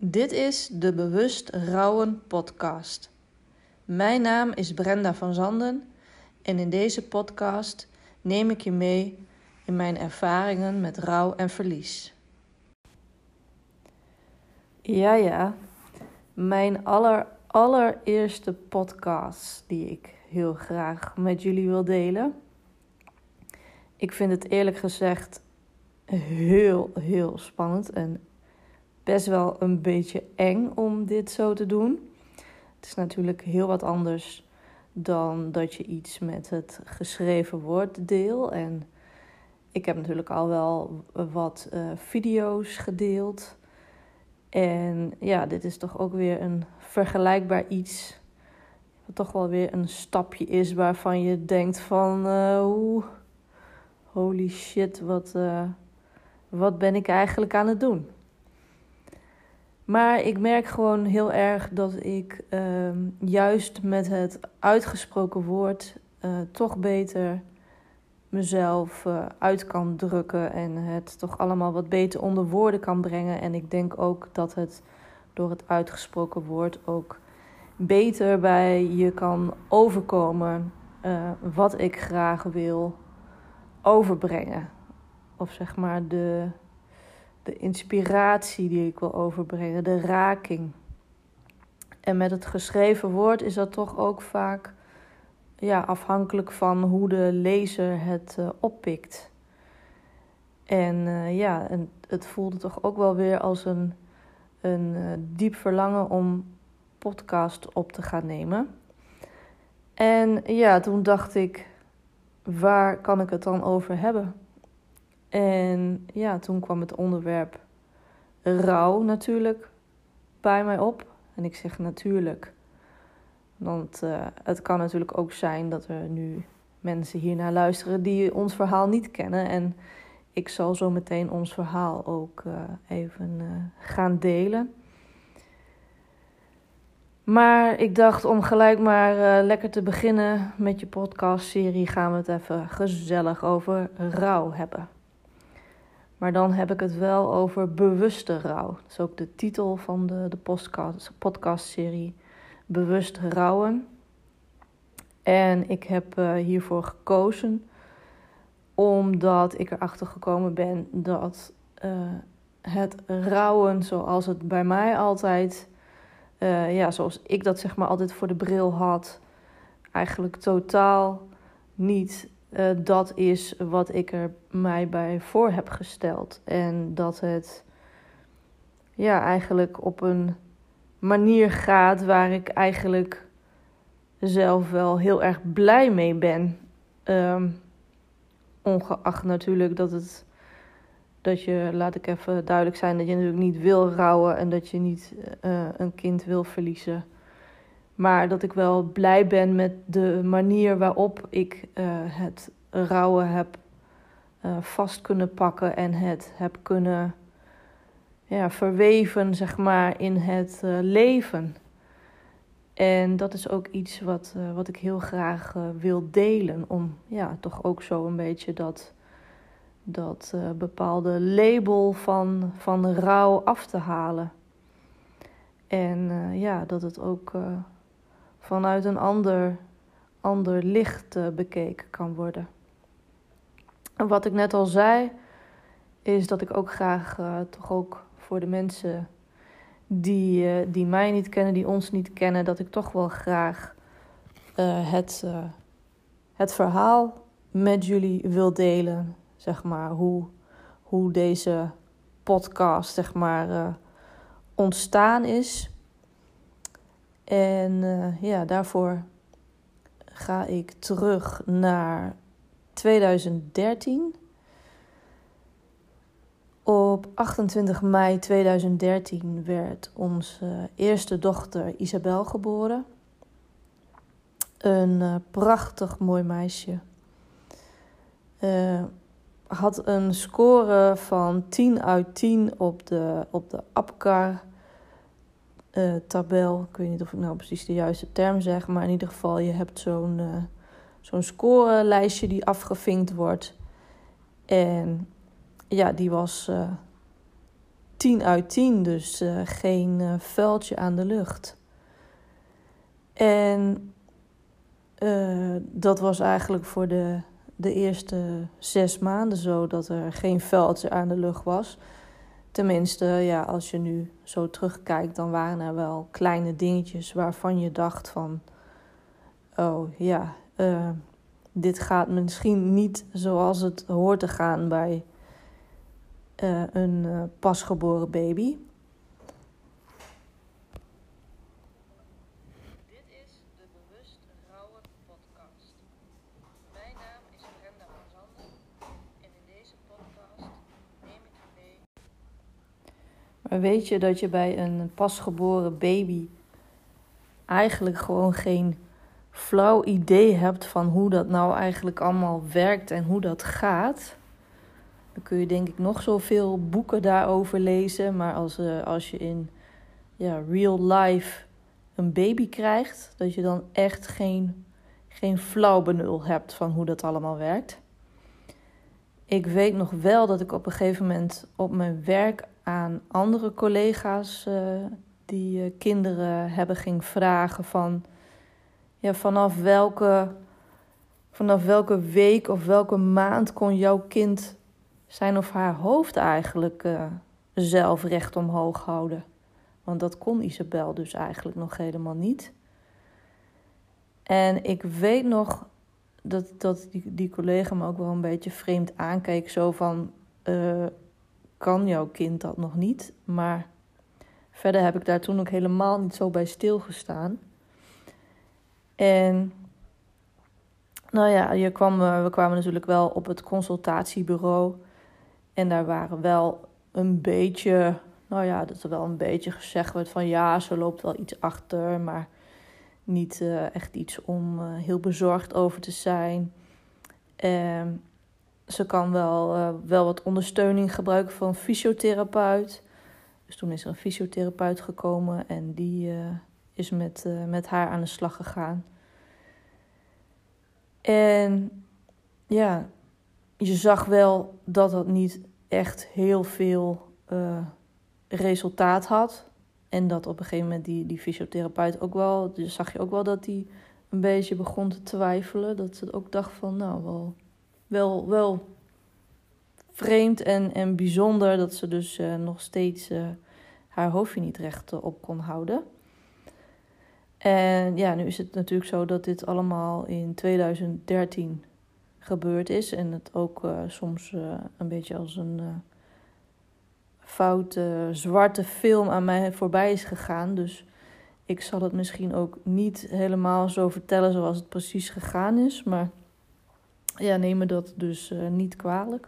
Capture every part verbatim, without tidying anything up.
Dit is de Bewust Rouwen podcast. Mijn naam is Brenda van Zanden en in deze podcast neem ik je mee in mijn ervaringen met rouw en verlies. Ja, ja, mijn aller, allereerste podcast die ik heel graag met jullie wil delen. Ik vind het eerlijk gezegd heel, heel spannend en best wel een beetje eng om dit zo te doen. Het is natuurlijk heel wat anders dan dat je iets met het geschreven woord deelt. En ik heb natuurlijk al wel wat uh, video's gedeeld. En ja, dit is toch ook weer een vergelijkbaar iets. Wat toch wel weer een stapje is waarvan je denkt van... Uh, oeh, holy shit, wat, uh, wat ben ik eigenlijk aan het doen? Maar ik merk gewoon heel erg dat ik uh, juist met het uitgesproken woord uh, toch beter mezelf uh, uit kan drukken en het toch allemaal wat beter onder woorden kan brengen. En ik denk ook dat het door het uitgesproken woord ook beter bij je kan overkomen uh, wat ik graag wil overbrengen. Of zeg maar de... De inspiratie die ik wil overbrengen, de raking. En met het geschreven woord is dat toch ook vaak ja, afhankelijk van hoe de lezer het uh, oppikt. En uh, ja, en het voelde toch ook wel weer als een, een uh, diep verlangen om podcast op te gaan nemen. En ja, toen dacht ik, waar kan ik het dan over hebben? En ja, toen kwam het onderwerp rouw natuurlijk bij mij op. En ik zeg natuurlijk, want uh, het kan natuurlijk ook zijn dat er nu mensen hiernaar luisteren die ons verhaal niet kennen. En ik zal zo meteen ons verhaal ook uh, even uh, gaan delen. Maar ik dacht om gelijk maar uh, lekker te beginnen met je podcastserie gaan we het even gezellig over rouw hebben. Maar dan heb ik het wel over bewuste rouw. Dat is ook de titel van de, de podcast, podcastserie. Bewust rouwen. En ik heb uh, hiervoor gekozen omdat ik erachter gekomen ben dat uh, het rouwen zoals het bij mij altijd... Uh, ja, zoals ik dat zeg maar altijd voor de bril had... eigenlijk totaal niet... Uh, dat is wat ik er mij bij voor heb gesteld. En dat het ja, eigenlijk op een manier gaat waar ik eigenlijk zelf wel heel erg blij mee ben. Um, ongeacht natuurlijk dat het, dat je, laat ik even duidelijk zijn, dat je natuurlijk niet wil rouwen en dat je niet uh, een kind wil verliezen. Maar dat ik wel blij ben met de manier waarop ik uh, het rouwen heb uh, vast kunnen pakken en het heb kunnen ja, verweven, zeg maar, in het uh, leven. En dat is ook iets wat, uh, wat ik heel graag uh, wil delen. Om ja, toch ook zo een beetje dat, dat uh, bepaalde label van, van de rouw af te halen. En uh, ja, dat het ook... Uh, vanuit een ander, ander licht uh, bekeken kan worden. En wat ik net al zei, is dat ik ook graag uh, toch ook voor de mensen die, uh, die mij niet kennen, die ons niet kennen, dat ik toch wel graag uh, het, uh, het verhaal met jullie wil delen. Zeg maar, hoe, hoe deze podcast zeg maar, uh, ontstaan is. En uh, ja, daarvoor ga ik terug naar tweeduizend dertien. Op achtentwintig mei tweeduizend dertien werd onze eerste dochter Isabel geboren. Een uh, prachtig mooi meisje. Uh, had een score van tien uit tien op de, op de APGAR. Uh, tabel, ik weet niet of ik nou precies de juiste term zeg, maar in ieder geval je hebt zo'n, uh, zo'n scorelijstje die afgevinkt wordt. En ja, die was uh, tien uit tien, dus uh, geen uh, vuiltje aan de lucht. En uh, dat was eigenlijk voor de, de eerste zes maanden zo, dat er geen vuiltje aan de lucht was. Tenminste, ja, als je nu zo terugkijkt, dan waren er wel kleine dingetjes waarvan je dacht van, oh ja, uh, dit gaat misschien niet zoals het hoort te gaan bij uh, een uh, pasgeboren baby. Dit is de Bewust Rouwen podcast. Mijn naam is Brenda van Zanden en in deze podcast neem ik je mee. Maar weet je dat je bij een pasgeboren baby eigenlijk gewoon geen flauw idee hebt van hoe dat nou eigenlijk allemaal werkt en hoe dat gaat? Dan kun je denk ik nog zoveel boeken daarover lezen, maar als, uh, als je in ja, real life een baby krijgt, dat je dan echt geen, geen flauw benul hebt van hoe dat allemaal werkt. Ik weet nog wel dat ik op een gegeven moment op mijn werk aan andere collega's uh, die uh, kinderen hebben ging vragen van ja, vanaf welke, vanaf welke week of welke maand kon jouw kind zijn of haar hoofd eigenlijk uh, zelf recht omhoog houden. Want dat kon Isabel dus eigenlijk nog helemaal niet. En ik weet nog dat, dat die, die collega me ook wel een beetje vreemd aankeek. Zo van, uh, kan jouw kind dat nog niet? Maar verder heb ik daar toen ook helemaal niet zo bij stilgestaan. En nou ja, je kwam, we kwamen natuurlijk wel op het consultatiebureau. En daar waren wel een beetje, nou ja, dat er wel een beetje gezegd werd van ja, ze loopt wel iets achter, maar niet uh, echt iets om uh, heel bezorgd over te zijn. Uh, ze kan wel, uh, wel wat ondersteuning gebruiken van een fysiotherapeut. Dus toen is er een fysiotherapeut gekomen en die uh, is met, uh, met haar aan de slag gegaan. En ja, je zag wel dat dat niet echt heel veel uh, resultaat had. En dat op een gegeven moment die, die fysiotherapeut ook wel, dus zag je ook wel dat hij een beetje begon te twijfelen. Dat ze ook dacht van, nou, wel, wel, wel vreemd en, en bijzonder dat ze dus uh, nog steeds uh, haar hoofdje niet recht uh, op kon houden. En ja, nu is het natuurlijk zo dat dit allemaal in tweeduizend dertien gebeurd is. En het ook uh, soms uh, een beetje als een uh, foute, zwarte film aan mij voorbij is gegaan. Dus ik zal het misschien ook niet helemaal zo vertellen zoals het precies gegaan is. Maar ja, neem me dat dus uh, niet kwalijk.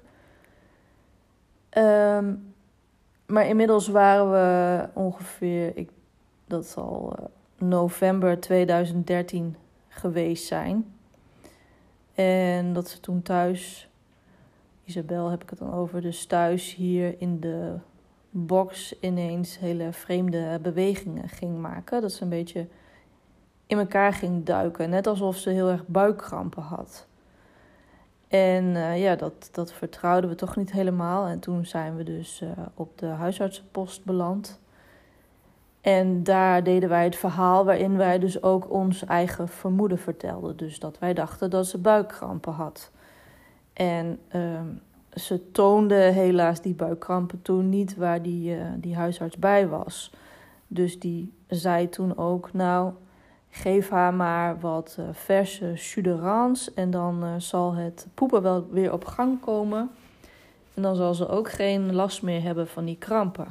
Um, maar inmiddels waren we ongeveer, ik, dat zal uh, november tweeduizend dertien geweest zijn. En dat ze toen thuis, Isabel heb ik het dan over, dus thuis hier in de box ineens hele vreemde bewegingen ging maken. Dat ze een beetje in elkaar ging duiken, net alsof ze heel erg buikkrampen had. En uh, ja, dat, dat vertrouwden we toch niet helemaal. En toen zijn we dus uh, op de huisartsenpost beland. En daar deden wij het verhaal waarin wij dus ook ons eigen vermoeden vertelden. Dus dat wij dachten dat ze buikkrampen had. En uh, ze toonde helaas die buikkrampen toen niet waar die, uh, die huisarts bij was. Dus die zei toen ook, nou, geef haar maar wat uh, verse Suderans en dan uh, zal het poepen wel weer op gang komen. En dan zal ze ook geen last meer hebben van die krampen.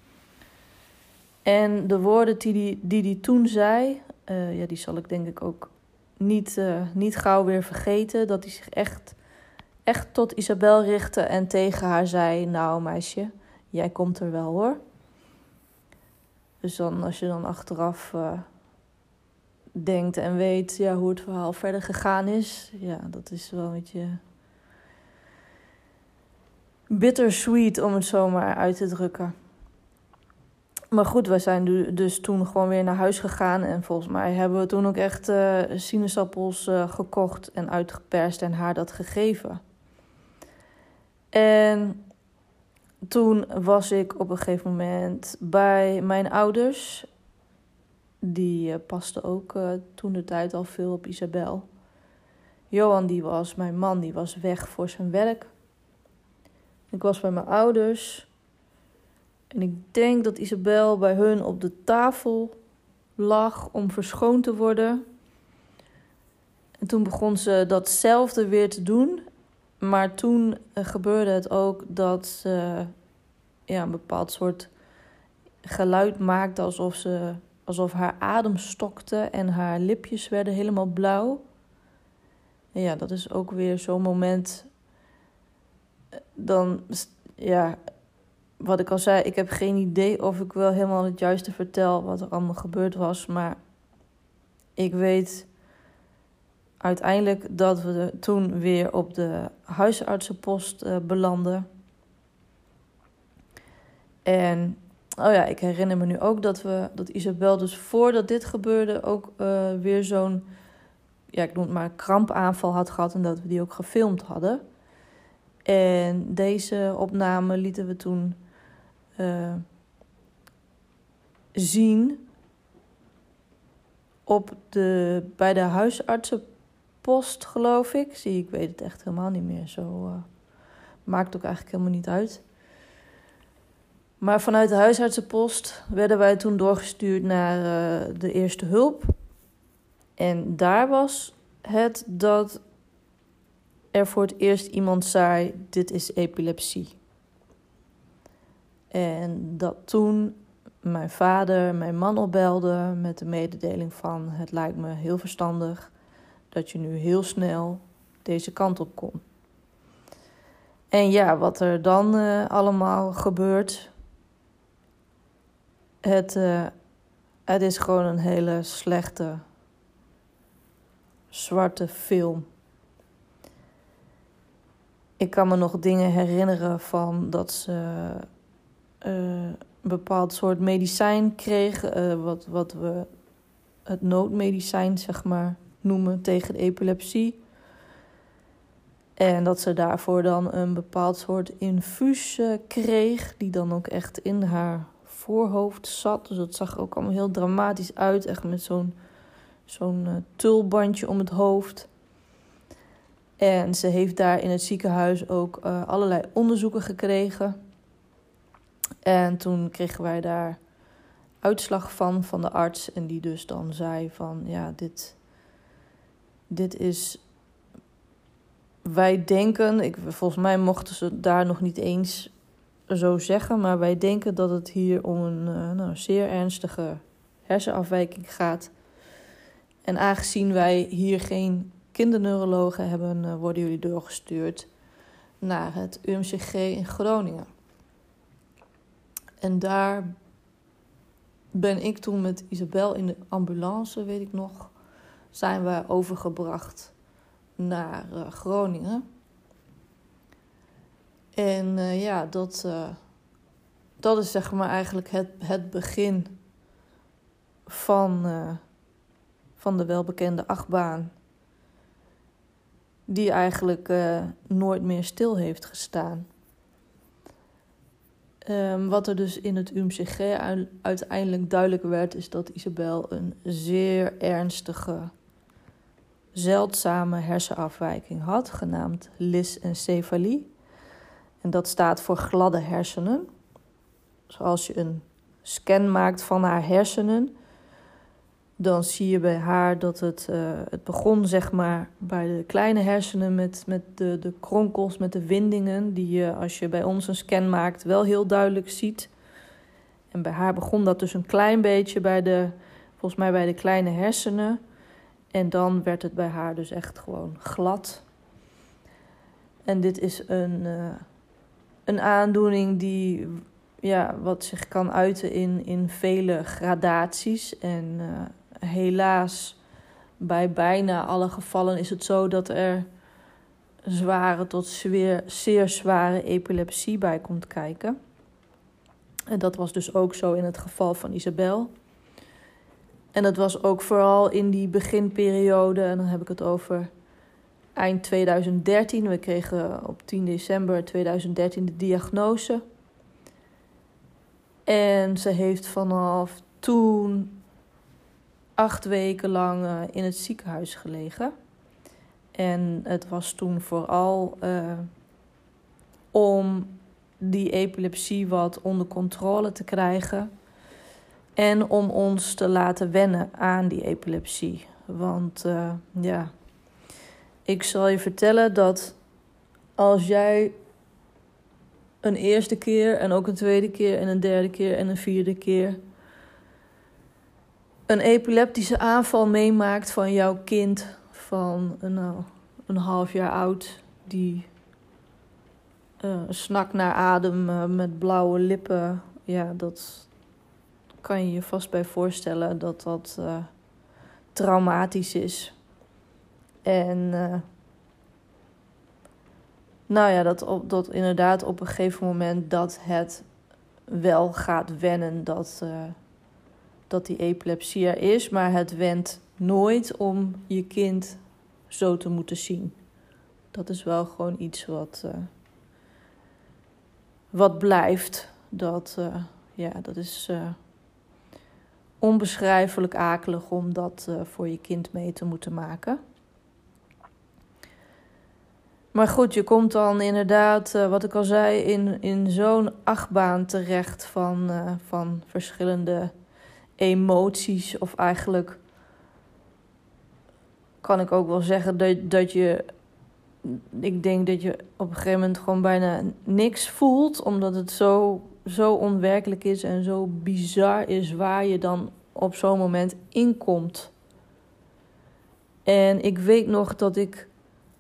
En de woorden die die, die, die toen zei, uh, ja, die zal ik denk ik ook niet, uh, niet gauw weer vergeten. Dat hij zich echt, echt tot Isabel richtte en tegen haar zei, nou meisje, jij komt er wel hoor. Dus dan, als je dan achteraf uh, denkt en weet ja, hoe het verhaal verder gegaan is, ja, dat is wel een beetje bittersweet om het zo maar uit te drukken. Maar goed, we zijn dus toen gewoon weer naar huis gegaan. En volgens mij hebben we toen ook echt uh, sinaasappels uh, gekocht en uitgeperst en haar dat gegeven. En toen was ik op een gegeven moment bij mijn ouders. Die uh, paste ook uh, toen de tijd al veel op Isabel. Johan, die was, mijn man, die was weg voor zijn werk. Ik was bij mijn ouders. En ik denk dat Isabel bij hun op de tafel lag om verschoond te worden. En toen begon ze datzelfde weer te doen. Maar toen uh, gebeurde het ook dat ze ja, een bepaald soort geluid maakte alsof, ze, alsof haar adem stokte en haar lipjes werden helemaal blauw. En ja, dat is ook weer zo'n moment. Dan, ja, wat ik al zei, ik heb geen idee of ik wel helemaal het juiste vertel wat er allemaal gebeurd was. Maar ik weet uiteindelijk dat we toen weer op de huisartsenpost uh, belanden. En oh ja, ik herinner me nu ook dat we dat Isabel dus voordat dit gebeurde ook uh, weer zo'n, ja, ik noem het maar, krampaanval had gehad en dat we die ook gefilmd hadden. En deze opname lieten we toen uh, zien op de, bij de huisartsenpost, geloof ik. Zie, ik weet het echt helemaal niet meer. Zo uh, maakt ook eigenlijk helemaal niet uit. Maar vanuit de huisartsenpost werden wij toen doorgestuurd naar uh, de eerste hulp. En daar was het dat er voor het eerst iemand zei, dit is epilepsie. En dat toen mijn vader mijn man opbelde met de mededeling van, het lijkt me heel verstandig dat je nu heel snel deze kant op komt. En ja, wat er dan uh, allemaal gebeurt, het, uh, het is gewoon een hele slechte, zwarte film. Ik kan me nog dingen herinneren van dat ze uh, een bepaald soort medicijn kreeg, uh, wat, wat we het noodmedicijn, zeg maar, noemen tegen de epilepsie. En dat ze daarvoor dan een bepaald soort infuus uh, kreeg, die dan ook echt in haar voorhoofd zat. Dus dat zag er ook allemaal heel dramatisch uit, echt met zo'n, zo'n uh, tulbandje om het hoofd. En ze heeft daar in het ziekenhuis ook uh, allerlei onderzoeken gekregen. En toen kregen wij daar uitslag van, van de arts. En die dus dan zei van, ja, dit, dit is... Wij denken, ik, volgens mij mochten ze daar nog niet eens zo zeggen, maar wij denken dat het hier om een uh, nou, zeer ernstige hersenafwijking gaat. En aangezien wij hier geen kinderneurologen hebben, uh, worden jullie doorgestuurd naar het U M C G in Groningen. En daar ben ik toen met Isabel in de ambulance, weet ik nog, zijn we overgebracht naar uh, Groningen. En uh, ja, dat, uh, dat is zeg maar eigenlijk het, het begin van, uh, van de welbekende achtbaan. Die eigenlijk uh, nooit meer stil heeft gestaan. Um, wat er dus in het U M C G u- uiteindelijk duidelijk werd, is dat Isabel een zeer ernstige, zeldzame hersenafwijking had, genaamd lysencefalie. En dat staat voor gladde hersenen. Zoals je een scan maakt van haar hersenen, dan zie je bij haar dat het, uh, het begon zeg maar bij de kleine hersenen met, met de, de kronkels, met de windingen, die je als je bij ons een scan maakt wel heel duidelijk ziet. En bij haar begon dat dus een klein beetje bij de, volgens mij bij de kleine hersenen. En dan werd het bij haar dus echt gewoon glad. En dit is een, uh, een aandoening die, ja, wat zich kan uiten in, in vele gradaties. En uh, helaas, bij bijna alle gevallen is het zo dat er zware tot zeer, zeer zware epilepsie bij komt kijken. En dat was dus ook zo in het geval van Isabel. En dat was ook vooral in die beginperiode, en dan heb ik het over eind tweeduizend dertien. We kregen op tien december tweeduizend dertien de diagnose. En ze heeft vanaf toen acht weken lang uh, in het ziekenhuis gelegen. En het was toen vooral uh, om die epilepsie wat onder controle te krijgen. En om ons te laten wennen aan die epilepsie. Want uh, ja, ik zal je vertellen dat als jij een eerste keer en ook een tweede keer en een derde keer en een vierde keer een epileptische aanval meemaakt van jouw kind van nou, een half jaar oud, die uh, snakt naar adem uh, met blauwe lippen, ja, dat kan je je vast bij voorstellen dat dat uh, traumatisch is. En uh, nou ja, dat, op, dat inderdaad op een gegeven moment dat het wel gaat wennen dat, uh, dat die epilepsie er is, maar het went nooit om je kind zo te moeten zien. Dat is wel gewoon iets wat, uh, wat blijft. Dat, uh, ja, dat is uh, onbeschrijfelijk akelig om dat uh, voor je kind mee te moeten maken. Maar goed, je komt dan inderdaad, uh, wat ik al zei, in, in zo'n achtbaan terecht van, uh, van verschillende emoties. Of eigenlijk kan ik ook wel zeggen dat, dat je, ik denk dat je op een gegeven moment gewoon bijna niks voelt. Omdat het zo, zo onwerkelijk is en zo bizar is waar je dan op zo'n moment inkomt. En ik weet nog dat ik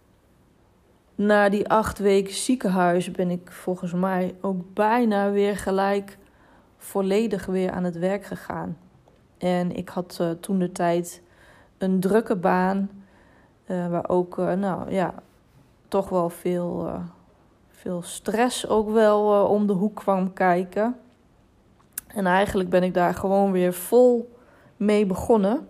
na die acht weken ziekenhuis ben ik volgens mij ook bijna weer gelijk volledig weer aan het werk gegaan. En ik had uh, toen de tijd een drukke baan, uh, waar ook, uh, nou ja, toch wel veel, uh, veel stress ook wel uh, om de hoek kwam kijken. En eigenlijk ben ik daar gewoon weer vol mee begonnen.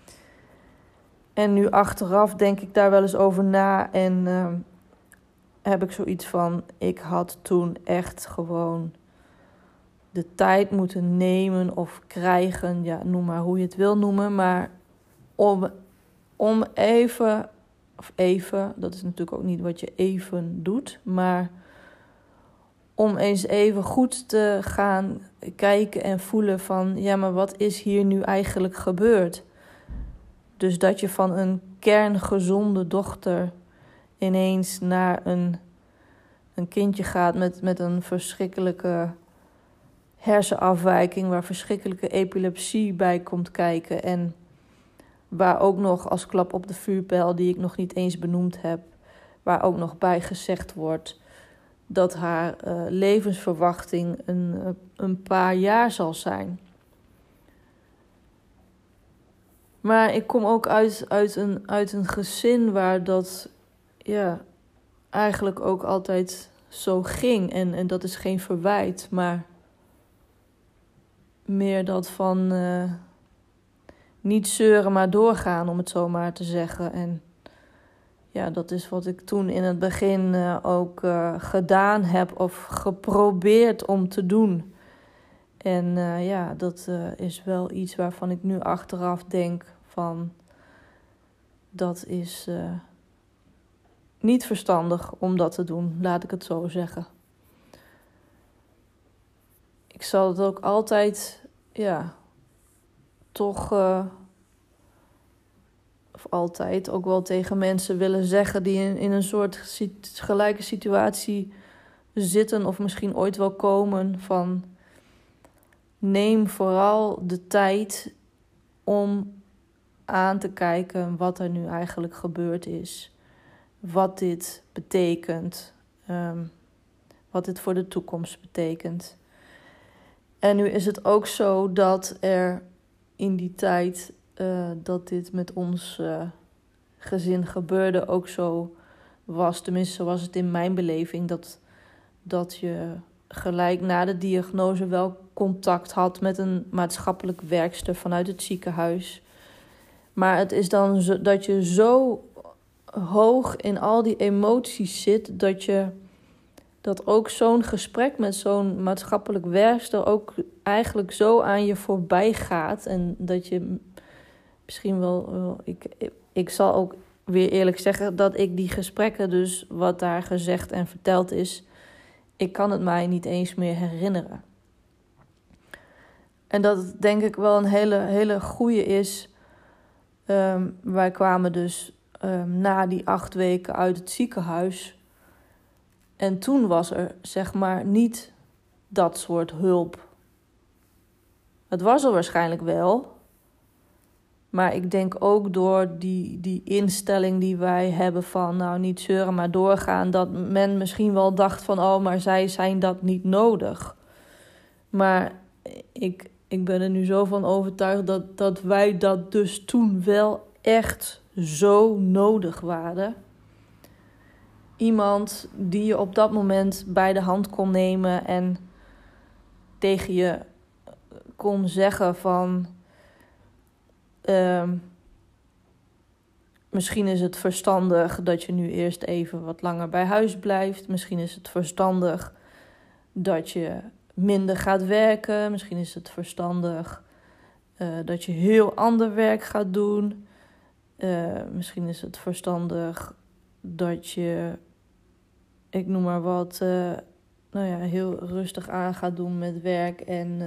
En nu achteraf denk ik daar wel eens over na en uh, heb ik zoiets van, ik had toen echt gewoon de tijd moeten nemen of krijgen, ja, noem maar hoe je het wil noemen, maar om, om even, of even, dat is natuurlijk ook niet wat je even doet, maar om eens even goed te gaan kijken en voelen van, ja, maar wat is hier nu eigenlijk gebeurd? Dus dat je van een kerngezonde dochter ineens naar een, een kindje gaat met, met een verschrikkelijke hersenafwijking, waar verschrikkelijke epilepsie bij komt kijken. En waar ook nog als klap op de vuurpijl, die ik nog niet eens benoemd heb, waar ook nog bij gezegd wordt dat haar uh, levensverwachting een, een paar jaar zal zijn. Maar ik kom ook uit, uit, een, uit een gezin waar dat ja, eigenlijk ook altijd zo ging. En, en dat is geen verwijt, maar meer dat van uh, niet zeuren, maar doorgaan, om het zo maar te zeggen. En ja, dat is wat ik toen in het begin uh, ook uh, gedaan heb of geprobeerd om te doen. En uh, ja, dat uh, is wel iets waarvan ik nu achteraf denk van, dat is uh, niet verstandig om dat te doen, laat ik het zo zeggen. Ik zal het ook altijd, ja, toch, uh, of altijd ook wel tegen mensen willen zeggen die in, in een soort sit- gelijke situatie zitten of misschien ooit wel komen, van neem vooral de tijd om aan te kijken wat er nu eigenlijk gebeurd is. Wat dit betekent. Um, wat dit voor de toekomst betekent. En nu is het ook zo dat er in die tijd uh, dat dit met ons uh, gezin gebeurde ook zo was. Tenminste, zo was het in mijn beleving. Dat, dat je gelijk na de diagnose wel contact had met een maatschappelijk werkster vanuit het ziekenhuis. Maar het is dan zo, dat je zo hoog in al die emoties zit dat je dat ook zo'n gesprek met zo'n maatschappelijk werkster ook eigenlijk zo aan je voorbij gaat. En dat je misschien wel... wel ik, ik, ik zal ook weer eerlijk zeggen dat ik die gesprekken, dus wat daar gezegd en verteld is, ik kan het mij niet eens meer herinneren. En dat het denk ik wel een hele, hele goeie is. Um, wij kwamen dus um, na die acht weken uit het ziekenhuis. En toen was er zeg maar niet dat soort hulp. Het was er waarschijnlijk wel. Maar ik denk ook door die, die instelling die wij hebben van nou niet zeuren maar doorgaan, dat men misschien wel dacht van oh, maar zij zijn dat niet nodig. Maar ik, ik ben er nu zo van overtuigd dat, dat wij dat dus toen wel echt zo nodig waren. Iemand die je op dat moment bij de hand kon nemen en tegen je kon zeggen van Uh, misschien is het verstandig dat je nu eerst even wat langer bij huis blijft. Misschien is het verstandig dat je minder gaat werken. Misschien is het verstandig uh, dat je heel ander werk gaat doen. Uh, misschien is het verstandig dat je, ik noem maar wat, uh, nou ja, heel rustig aan gaat doen met werk en Uh,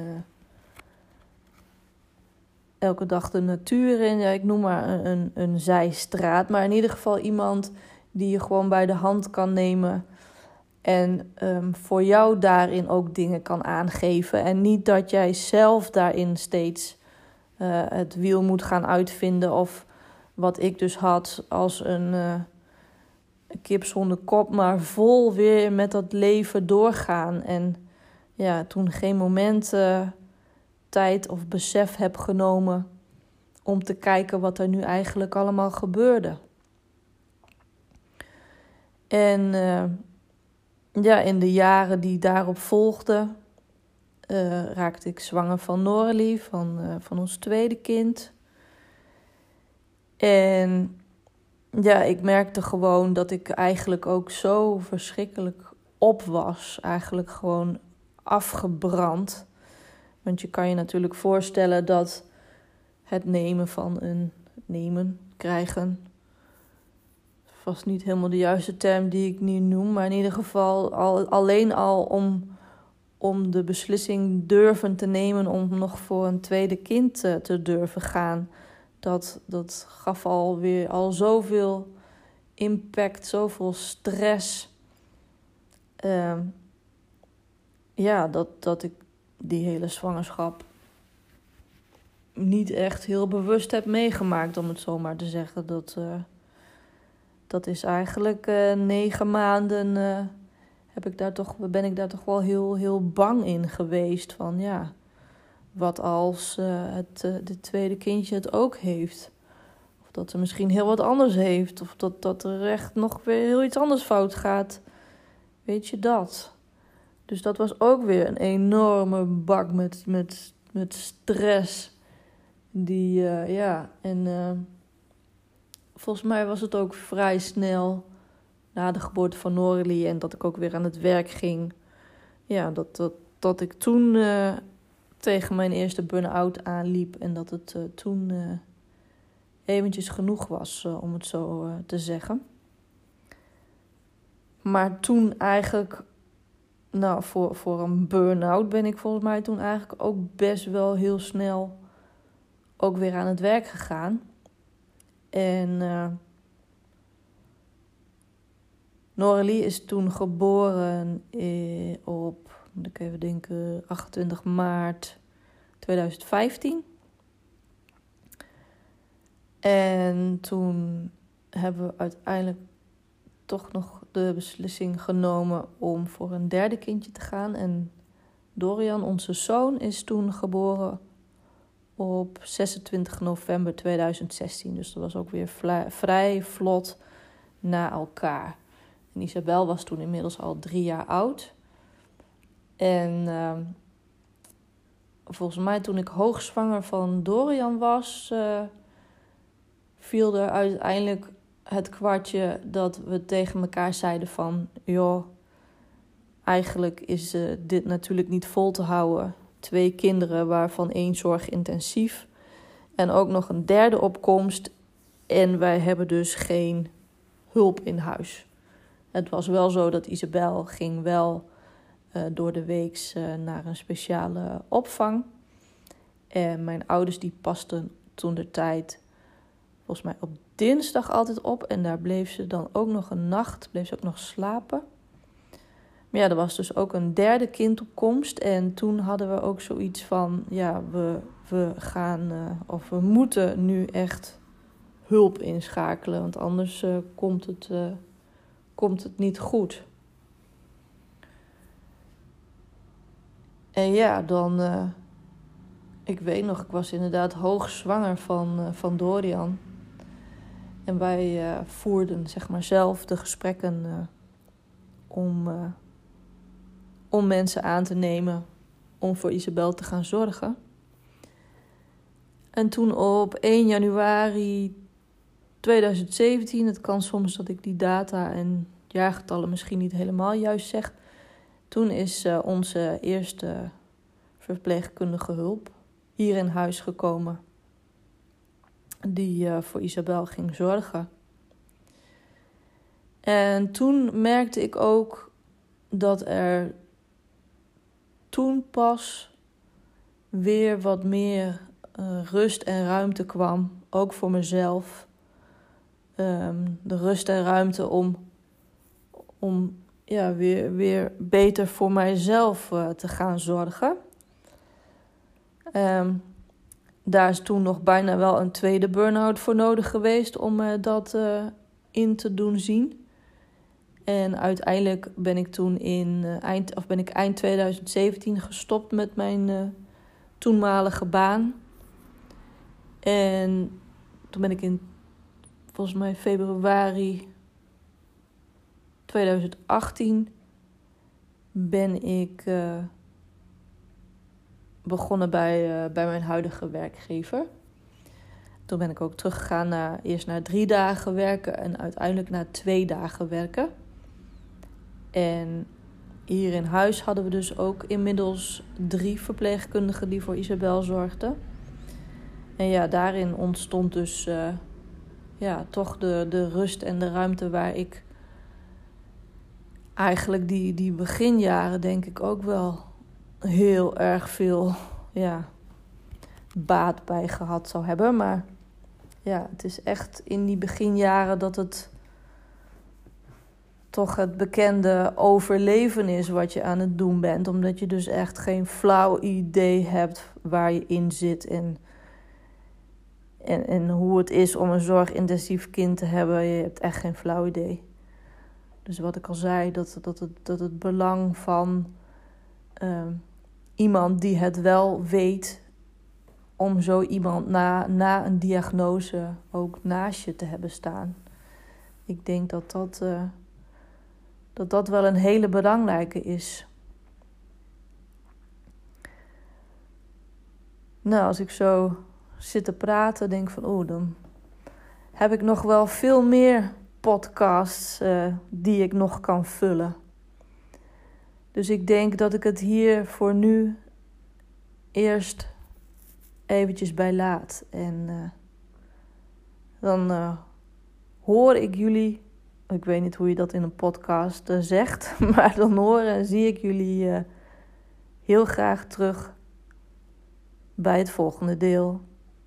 elke dag de natuur in. Ja, ik noem maar een, een, een zijstraat. Maar in ieder geval iemand die je gewoon bij de hand kan nemen. En um, voor jou daarin ook dingen kan aangeven. En niet dat jij zelf daarin steeds uh, het wiel moet gaan uitvinden. Of wat ik dus had als een uh, kip zonder kop. Maar vol weer met dat leven doorgaan. En ja, toen geen moment Uh, tijd of besef heb genomen om te kijken wat er nu eigenlijk allemaal gebeurde. En uh, ja, in de jaren die daarop volgden, uh, raakte ik zwanger van Noralie, van, uh, van ons tweede kind. En ja, ik merkte gewoon dat ik eigenlijk ook zo verschrikkelijk op was. Eigenlijk gewoon afgebrand. Want je kan je natuurlijk voorstellen dat het nemen van een nemen, krijgen, vast niet helemaal de juiste term die ik nu noem, maar in ieder geval al, alleen al om, om de beslissing durven te nemen om nog voor een tweede kind te, te durven gaan. Dat, dat gaf alweer al zoveel impact, zoveel stress. Uh, ja, dat, dat ik die hele zwangerschap niet echt heel bewust heb meegemaakt, om het zo maar te zeggen. Dat, uh, dat is eigenlijk uh, negen maanden uh, heb ik daar toch, ben ik daar toch wel heel, heel bang in geweest. Van ja, wat als uh, het uh, de tweede kindje het ook heeft? Of dat er misschien heel wat anders heeft. Of dat, dat er echt nog weer heel iets anders fout gaat. Weet je dat? Dus dat was ook weer een enorme bak met, met, met stress. Die, uh, ja, en uh, volgens mij was het ook vrij snel na de geboorte van Noralie en dat ik ook weer aan het werk ging. Ja, dat, dat, dat ik toen uh, tegen mijn eerste burn-out aanliep en dat het uh, toen uh, eventjes genoeg was, uh, om het zo uh, te zeggen. Maar toen eigenlijk, nou, voor, voor een burn-out ben ik volgens mij toen eigenlijk ook best wel heel snel ook weer aan het werk gegaan. En uh, Noralie is toen geboren eh, op, moet ik even denken, achtentwintig maart tweeduizend vijftien. En toen hebben we uiteindelijk toch nog de beslissing genomen om voor een derde kindje te gaan. En Dorian, onze zoon, is toen geboren op zesentwintig november tweeduizend zestien. Dus dat was ook weer vla- vrij vlot na elkaar. En Isabel was toen inmiddels al drie jaar oud. En uh, volgens mij toen ik hoogzwanger van Dorian was, Uh, viel er uiteindelijk het kwartje dat we tegen elkaar zeiden van, joh, eigenlijk is uh, dit natuurlijk niet vol te houden. Twee kinderen, waarvan één zorgintensief. En ook nog een derde opkomst. En wij hebben dus geen hulp in huis. Het was wel zo dat Isabel ging wel uh, door de week uh, naar een speciale opvang. En mijn ouders die pasten toen de tijd volgens mij op dinsdag altijd op. En daar bleef ze dan ook nog een nacht, bleef ze ook nog slapen. Maar ja, er was dus ook een derde kind op komst. En toen hadden we ook zoiets van, ja, we, we gaan, uh, of we moeten nu echt hulp inschakelen. Want anders uh, komt het, uh, komt het niet goed. En ja, dan, uh, ik weet nog, ik was inderdaad hoogzwanger van, uh, van Dorian. En wij uh, voerden zeg maar zelf de gesprekken uh, om... Uh, om mensen aan te nemen om voor Isabel te gaan zorgen. En toen op één januari tweeduizend zeventien, het kan soms dat ik die data en jaargetallen misschien niet helemaal juist zeg, toen is uh, onze eerste verpleegkundige hulp hier in huis gekomen, die uh, voor Isabel ging zorgen. En toen merkte ik ook dat er toen pas weer wat meer uh, rust en ruimte kwam. Ook voor mezelf. Um, de rust en ruimte om, om ja, weer, weer beter voor mijzelf uh, te gaan zorgen. Um, daar is toen nog bijna wel een tweede burn-out voor nodig geweest om uh, dat uh, in te doen zien. En uiteindelijk ben ik toen in uh, eind, of ben ik eind tweeduizend zeventien gestopt met mijn uh, toenmalige baan. En toen ben ik in volgens mij februari tweeduizend achttien ben ik uh, begonnen bij, uh, bij mijn huidige werkgever. Toen ben ik ook teruggegaan naar eerst naar drie dagen werken en uiteindelijk naar twee dagen werken. En hier in huis hadden we dus ook inmiddels drie verpleegkundigen die voor Isabel zorgden. En ja, daarin ontstond dus uh, ja, toch de, de rust en de ruimte waar ik eigenlijk die, die beginjaren denk ik ook wel heel erg veel ja, baat bij gehad zou hebben. Maar ja, het is echt in die beginjaren dat het toch het bekende overleven is wat je aan het doen bent. Omdat je dus echt geen flauw idee hebt waar je in zit. En, en, en hoe het is om een zorgintensief kind te hebben. Je hebt echt geen flauw idee. Dus wat ik al zei, dat, dat, het, dat het belang van uh, iemand die het wel weet, om zo iemand na, na een diagnose ook naast je te hebben staan. Ik denk dat dat, uh, dat dat wel een hele belangrijke is. Nou, als ik zo zit te praten, denk ik van, oh, dan heb ik nog wel veel meer podcasts uh, die ik nog kan vullen. Dus ik denk dat ik het hier voor nu eerst eventjes bij laat. En uh, dan uh, hoor ik jullie, ik weet niet hoe je dat in een podcast uh, zegt, maar dan hoor en zie ik jullie uh, heel graag terug bij het volgende deel.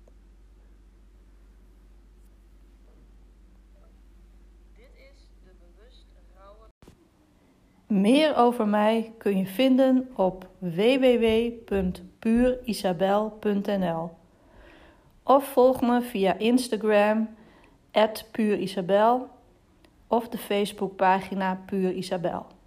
Dit is de bewust rauwe. Meer over mij kun je vinden op w w w punt puur isabel punt n l of volg me via Instagram at puur isabel of de Facebookpagina Puur Isabel.